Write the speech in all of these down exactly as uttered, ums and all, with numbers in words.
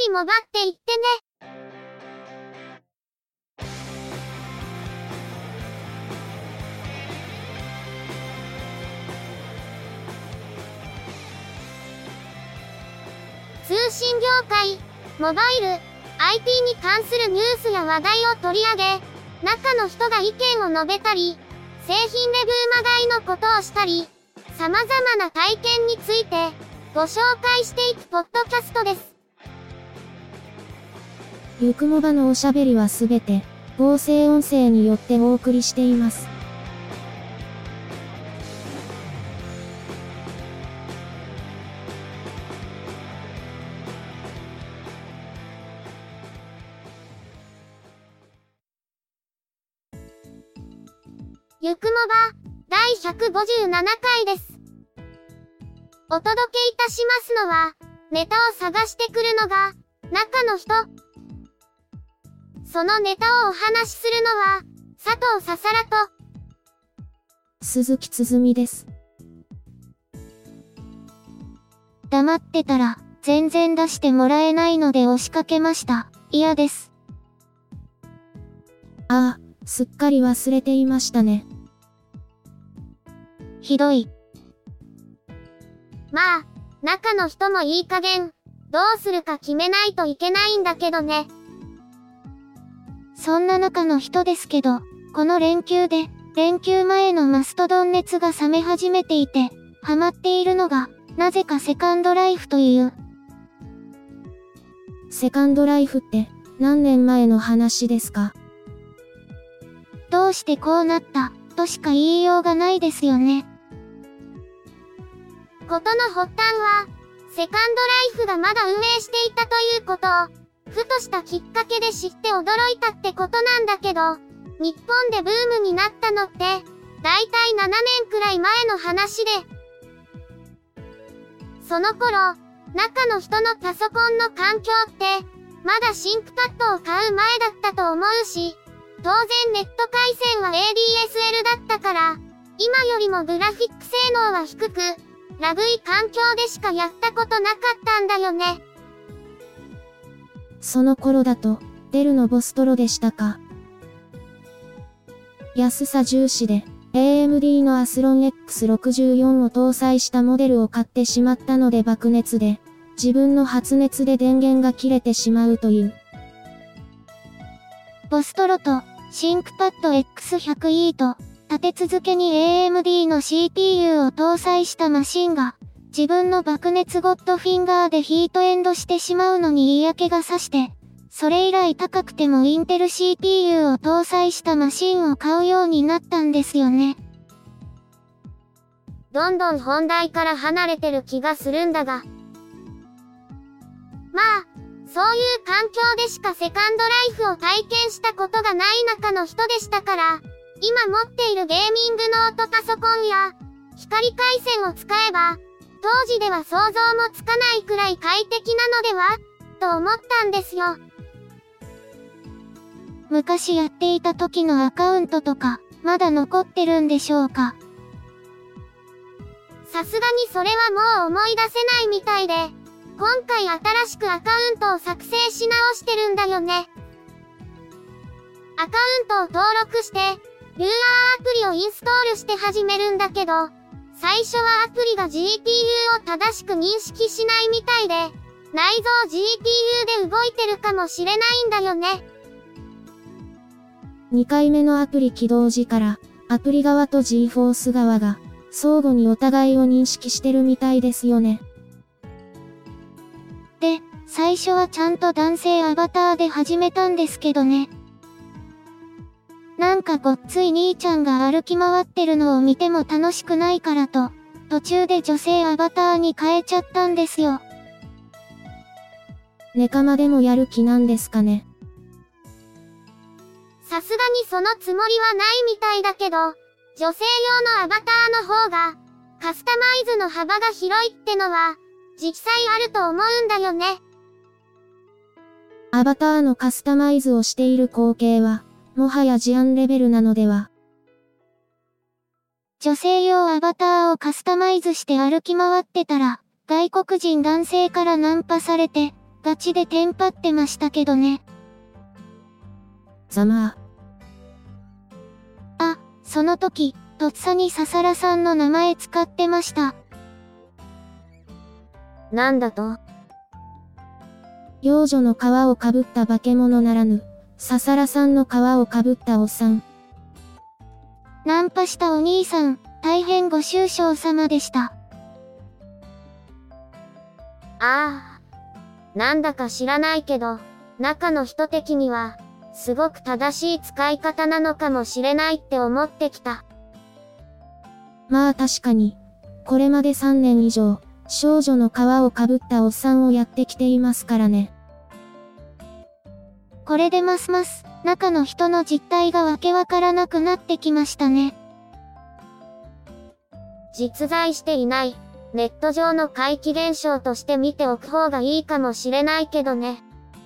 りもばっていってね。通信業界、モバイル、アイティー に関するニュースや話題を取り上げ、中の人が意見を述べたり、製品レビューまがいのことをしたり、様々な体験についてご紹介していくポッドキャストです。 ゆくもばのおしゃべりはすべて合成音声によってお送りしています。 ゆくもばだいひゃくごじゅうななかいです。お届けいたしますのは、ネタを探してくるのが中の人。そのネタをお話しするのは佐藤ささらと鈴木つづみです。 黙ってたら全然出してもらえないので押しかけました。嫌です。 ああ、すっかり忘れていましたね。 ひどい。 まあ、中の人もいい加減、どうするか決めないといけないんだけどね。 そんな中の人ですけど、この連休で、連休前のマストドン熱が冷め始めていて、ハマっているのが、なぜかセカンドライフという。 セカンドライフって、何年前の話ですか？ どうしてこうなった、としか言いようがないですよね。 ことの発端は、セカンドライフがまだ運営していたということを、ふとしたきっかけで知って驚いたってことなんだけど、日本でブームになったのって、だいたいななねんくらい前の話で、その頃、中の人のパソコンの環境って、まだシンクパッドを買う前だったと思うし、当然ネット回線は エーディーエスエル だったから、今よりもグラフィック性能は低く、ラグい環境でしかやったことなかったんだよね。 その頃だと、デルのボストロでしたか。安さ重視で、エーエムディー のアスロン エックスろくじゅうよん を搭載したモデルを買ってしまったので爆熱で、自分の発熱で電源が切れてしまうという。 ボストロと、シンクパッド エックスひゃくイー と、立て続けに エーエムディー の シーピーユー を搭載したマシンが、自分の爆熱ゴッドフィンガーでヒートエンドしてしまうのに嫌気がさして、それ以来高くてもインテル シーピーユー を搭載したマシンを買うようになったんですよね。 どんどん本題から離れてる気がするんだが。まあ、そういう環境でしかセカンドライフを体験したことがない中の人でしたから、今持っているゲーミングノートパソコンや、光回線を使えば、当時では想像もつかないくらい快適なのではと思ったんですよ。 昔やっていた時のアカウントとか、まだ残ってるんでしょうか？ さすがにそれはもう思い出せないみたいで、今回新しくアカウントを作成し直してるんだよね。アカウントを登録して、ルーアーアプリをインストールして始めるんだけど、最初はアプリが ジーピーユー を正しく認識しないみたいで、内蔵 ジーピーユー で動いてるかもしれないんだよね。 にかいめのアプリ起動時から、アプリ側と ジーフォース 側が、相互にお互いを認識してるみたいですよね。 で、最初はちゃんと男性アバターで始めたんですけどね。なんかごっつい兄ちゃんが歩き回ってるのを見ても楽しくないからと、途中で女性アバターに変えちゃったんですよ。 ネカマでもやる気なんですかね。 さすがにそのつもりはないみたいだけど、女性用のアバターの方が、カスタマイズの幅が広いってのは、実際あると思うんだよね。 アバターのカスタマイズをしている光景は、もはや事案レベルなのでは。 女性用アバターをカスタマイズして歩き回ってたら、外国人男性からナンパされて、 ガチでテンパってましたけどね。 ざまあ、その時、とっさに笹良さんの名前使ってました。 なんだと？ 幼女の皮をかぶった化け物ならぬ、笹良さんの皮をかぶったおっさん。 ナンパしたお兄さん、大変ご愁傷様でした。 ああ。なんだか知らないけど、中の人的には、すごく正しい使い方なのかもしれないって思ってきた。 まあ確かに、これまでさんねん以上、少女の皮をかぶったおっさんをやってきていますからね。 これでますます、中の人の実態がわけわからなくなってきましたね。 実在していない、ネット上の怪奇現象として見ておく方がいいかもしれないけどね。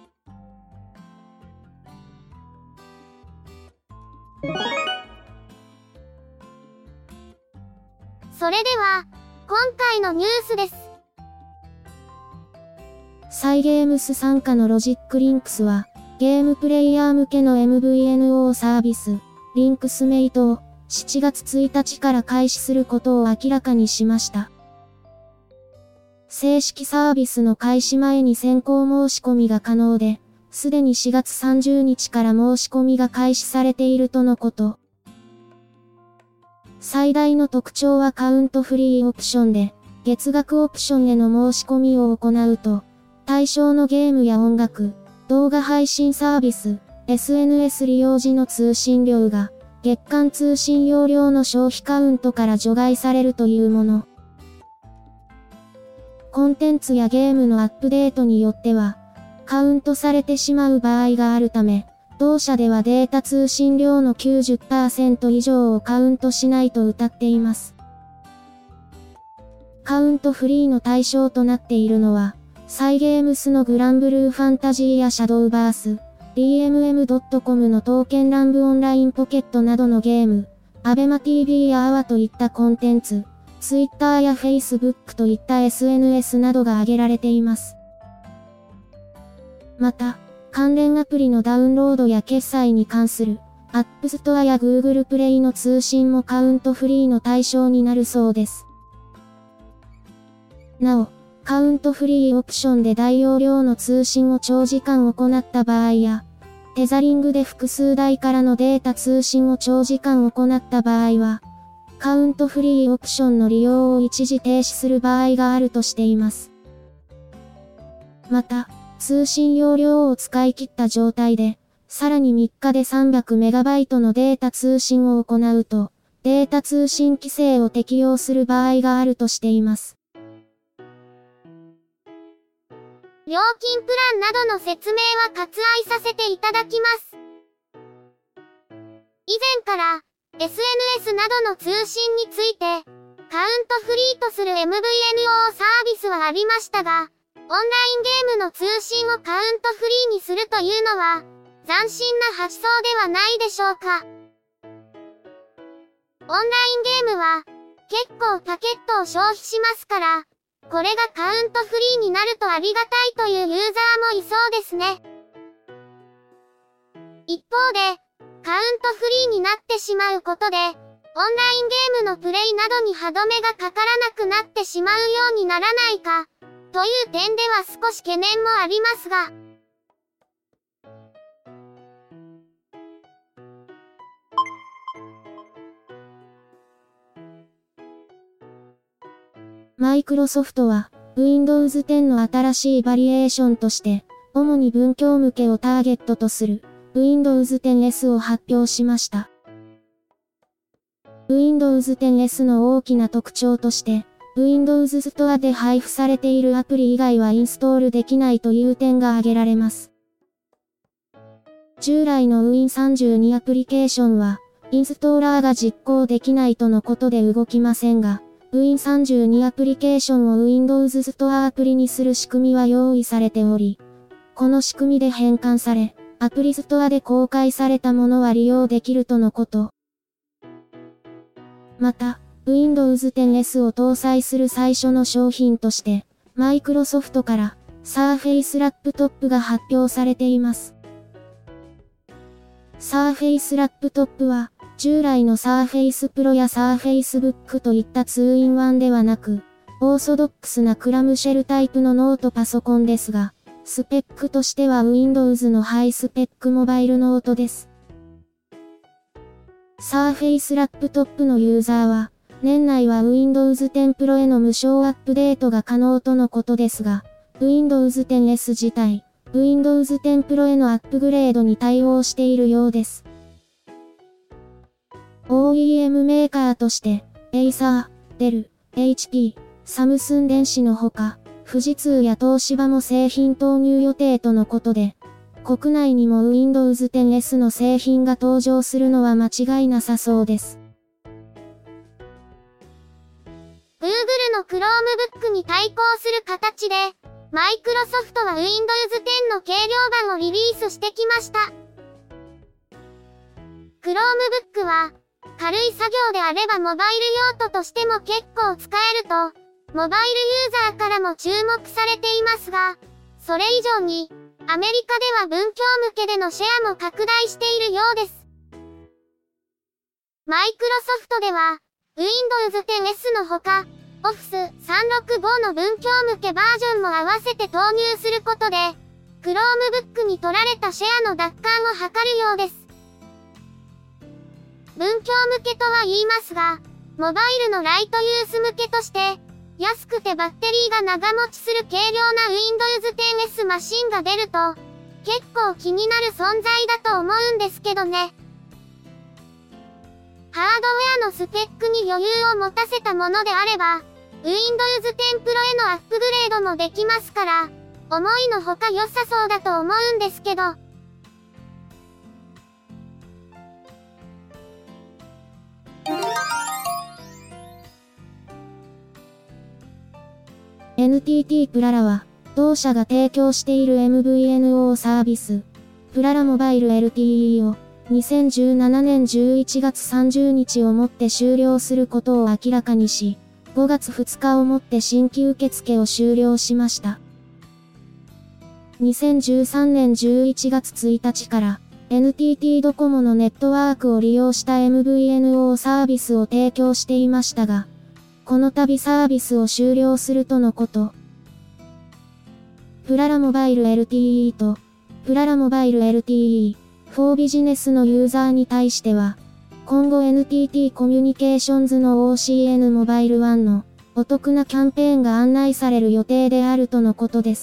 それでは、今回のニュースです。 サイゲームス傘下のロジックリンクスは、ゲームプレイヤー向けの エムブイエヌオー サービス、リンクスメイトをしちがつついたちから開始することを明らかにしました。正式サービスの開始前に先行申し込みが可能で、すでにしがつさんじゅうにちから申し込みが開始されているとのこと。最大の特徴はカウントフリーオプションで、月額オプションへの申し込みを行うと、対象のゲームや音楽、動画配信サービス、エスエヌエス 利用時の通信量が、月間通信容量の消費カウントから除外されるというもの。コンテンツやゲームのアップデートによっては、カウントされてしまう場合があるため、同社ではデータ通信量の きゅうじゅっパーセント 以上をカウントしないと謳っています。カウントフリーの対象となっているのは、サイゲームスのグランブルーファンタジーやシャドウバース、ディーエムエムドットコム の刀剣乱舞オンラインポケットなどのゲーム、アベマ ティーブイ やアワといったコンテンツ、Twitter や Facebook といった エスエヌエス などが挙げられています。また、関連アプリのダウンロードや決済に関する App Store や Google Play の通信もカウントフリーの対象になるそうです。なお、カウントフリーオプションで大容量の通信を長時間行った場合や、テザリングで複数台からのデータ通信を長時間行った場合は、カウントフリーオプションの利用を一時停止する場合があるとしています。また、通信容量を使い切った状態で、さらにみっかで さんびゃくメガバイト のデータ通信を行うと、データ通信規制を適用する場合があるとしています。 料金プランなどの説明は割愛させていただきます。以前から、エスエヌエス などの通信について、カウントフリーとする エムブイエヌオー サービスはありましたが、オンラインゲームの通信をカウントフリーにするというのは、斬新な発想ではないでしょうか。オンラインゲームは、結構パケットを消費しますから、これがカウントフリーになるとありがたいというユーザーもいそうですね。一方で、カウントフリーになってしまうことで、オンラインゲームのプレイなどに歯止めがかからなくなってしまうようにならないか、という点では少し懸念もありますが。 マイクロソフトは、ウィンドウズテンの新しいバリエーションとして、主に文教向けをターゲットとする、ウィンドウズテンエス を発表しました。ウィンドウズテンエス の大きな特徴として、Windows Store で配布されているアプリ以外はインストールできないという点が挙げられます。従来の ウィンさんじゅうに アプリケーションは、インストーラーが実行できないとのことで動きませんが、ウィンさんじゅうに アプリケーションを Windows Store アプリにする仕組みは用意されており、この仕組みで変換され、アプリストアで公開されたものは利用できるとのこと。また、Windows テンエス を搭載する最初の商品として、マイクロソフトから、 サーフェイスラップトップが発表されています。サーフェイスラップトップは、従来のサーフェイスプロやサーフェイスブックといったツーインワンではなく、オーソドックスなクラムシェルタイプのノートパソコンですが、スペックとしては Windows のハイスペックモバイルノートです。サーフェイスラップトップのユーザーは、年内は Windows テン Pro への無償アップデートが可能とのことですが、Windows テンエス 自体、Windows テン Pro へのアップグレードに対応しているようです。オーイーエム メーカーとして、エイサー、デル、エイチピー、サムスン電子のほか、富士通や東芝も製品投入予定とのことで、国内にも Windows テンエス の製品が登場するのは間違いなさそうです。 Google の Chromebook に対抗する形で、Microsoft は Windows テンの軽量版をリリースしてきました。Chromebook は、軽い作業であればモバイル用途としても結構使えると、モバイルユーザーからも注目されていますが、それ以上に、アメリカでは文教向けでのシェアも拡大しているようです。マイクロソフトでは、Windows テンエス のほか、Office さんろくごの文教向けバージョンも合わせて投入することで、Chromebook に取られたシェアの奪還を図るようです。文教向けとは言いますが、モバイルのライトユース向けとして、安くてバッテリーが長持ちする軽量な Windows テンエス マシンが出ると、結構気になる存在だと思うんですけどね。ハードウェアのスペックに余裕を持たせたものであれば、Windows テン Pro へのアップグレードもできますから、思いのほか良さそうだと思うんですけど。 エヌティーティー プララは、同社が提供している エムブイエヌオー サービス、プララモバイル エルティーイー を、にせんじゅうななねんじゅういちがつさんじゅうにちをもって終了することを明らかにし、ごがつふつかをもって新規受付を終了しました。にせんじゅうさんねんじゅういちがつついたちから、エヌティーティー ドコモのネットワークを利用した エムブイエヌオー サービスを提供していましたが、この度サービスを終了するとのこと。プララモバイル エルティーイー と、プララモバイル エルティーイー、フォー ビジネスのユーザーに対しては、今後 エヌティーティー コミュニケーションズの オーシーエヌ モバイルワンのお得なキャンペーンが案内される予定であるとのことです。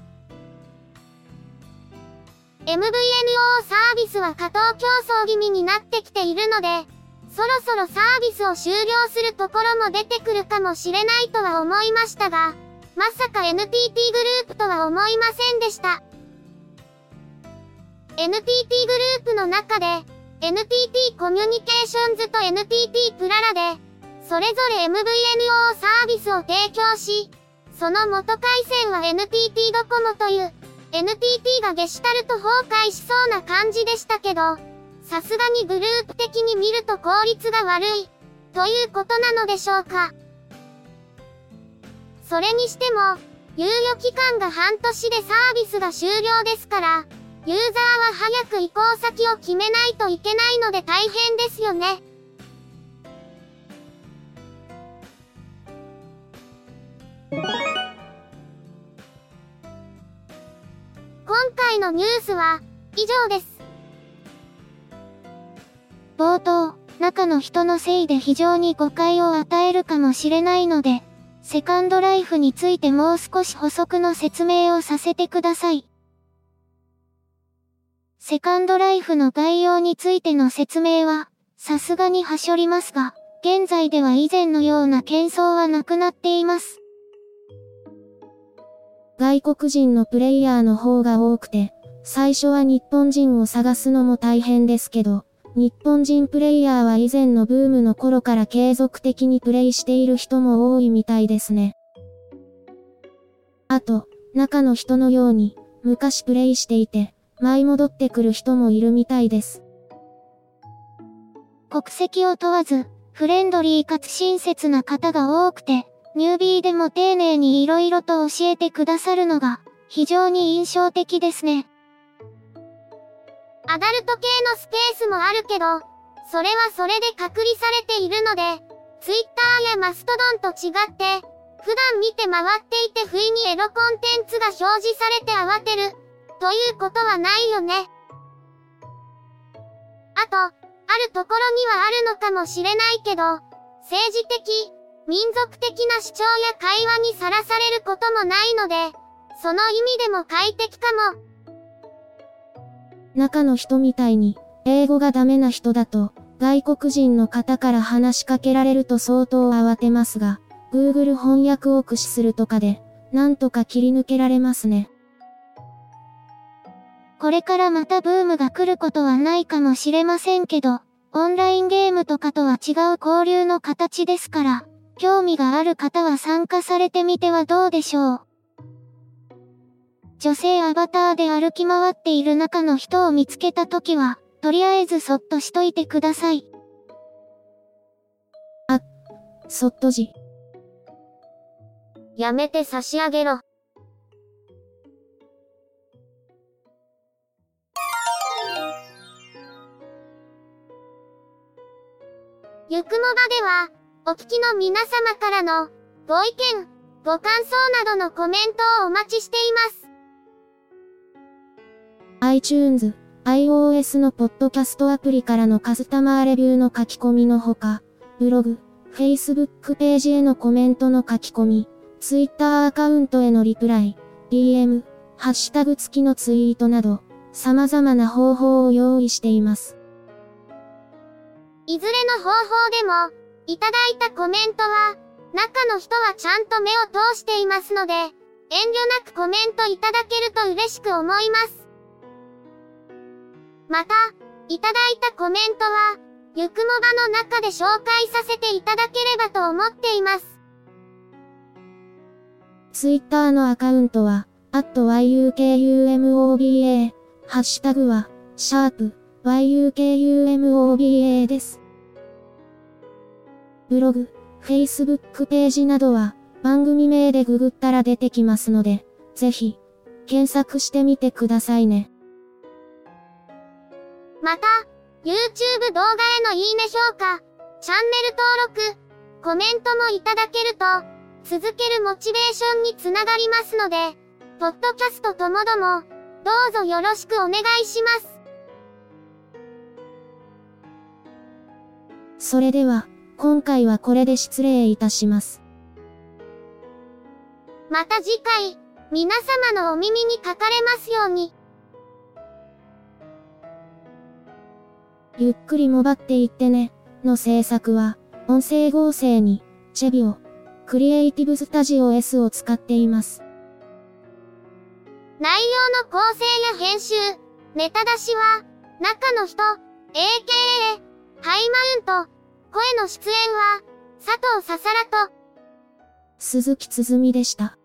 エムブイエヌオー サービスは過当競争気味になってきているので、そろそろサービスを終了するところも出てくるかもしれないとは思いましたが、まさか エヌティーティー グループとは思いませんでした。エヌティーティー グループの中で、エヌティーティー コミュニケーションズと エヌティーティー プララで、それぞれ エムブイエヌオー サービスを提供し、その元回線は エヌティーティー ドコモという、エヌティーティー がゲシュタルト崩壊しそうな感じでしたけど、さすがにグループ的に見ると効率が悪い、ということなのでしょうか。それにしても、猶予期間が半年でサービスが終了ですから、ユーザーは早く移行先を決めないといけないので大変ですよね。今回のニュースは以上です。 冒頭、中の人のせいで非常に誤解を与えるかもしれないので、セカンドライフについてもう少し補足の説明をさせてください。セカンドライフの概要についての説明は、さすがにはしょりますが、現在では以前のような喧騒はなくなっています。 外国人のプレイヤーの方が多くて、最初は日本人を探すのも大変ですけど、日本人プレイヤーは以前のブームの頃から継続的にプレイしている人も多いみたいですね。あと、中の人のように、昔プレイしていて、舞い戻ってくる人もいるみたいです。 国籍を問わず、フレンドリーかつ親切な方が多くて、ニュービーでも丁寧に色々と教えてくださるのが、 非常に印象的ですね。 アダルト系のスペースもあるけど、それはそれで隔離されているので、Twitter やマストドンと違って、普段見て回っていて不意にエロコンテンツが表示されて慌てる、ということはないよね。あと、あるところにはあるのかもしれないけど、政治的、民族的な主張や会話にさらされることもないので、その意味でも快適かも。 中の人みたいに、英語がダメな人だと、外国人の方から話しかけられると相当慌てますが、Google 翻訳を駆使するとかで、なんとか切り抜けられますね。 これからまたブームが来ることはないかもしれませんけど、オンラインゲームとかとは違う交流の形ですから、興味がある方は参加されてみてはどうでしょう。女性アバターで歩き回っている中の人を見つけたときは、とりあえずそっとしといてください。 あ、そっとじ。 やめて差し上げろ。ゆくもばでは、お聞きの皆様からの、ご意見、ご感想などのコメントをお待ちしています。 iTunes、iOS のポッドキャストアプリからのカスタマーレビューの書き込みのほか、ブログ、Facebook ページへのコメントの書き込み、Twitter アカウントへのリプライ、ディーエム、ハッシュタグ付きのツイートなど、様々な方法を用意しています。 いずれの方法でも、いただいたコメントは、中の人はちゃんと目を通していますので、遠慮なくコメントいただけると嬉しく思います。また、いただいたコメントは、ゆくもばの中で紹介させていただければと思っています。 Twitter のアカウントは、アットワイユーケーユーエムオービーエー、ハッシュタグは、シャープ、ワイユーケーユーエムオービーエー です。ブログ、Facebook ページなどは、番組名でググったら出てきますので、ぜひ、検索してみてくださいね。 また、YouTube 動画へのいいね評価、チャンネル登録、コメントもいただけると、続けるモチベーションにつながりますので、ポッドキャストともども、どうぞよろしくお願いします。 それでは、今回はこれで失礼いたします。 また次回、皆様のお耳にかかれますように。 ゆっくりもばっていってね、の制作は、音声合成に、チェビオ、クリエイティブスタジオ S を使っています。 内容の構成や編集、ネタ出しは、中の人、エーケーエー、ハイマウント、声の出演は、佐藤ささらと、 鈴木つづみでした。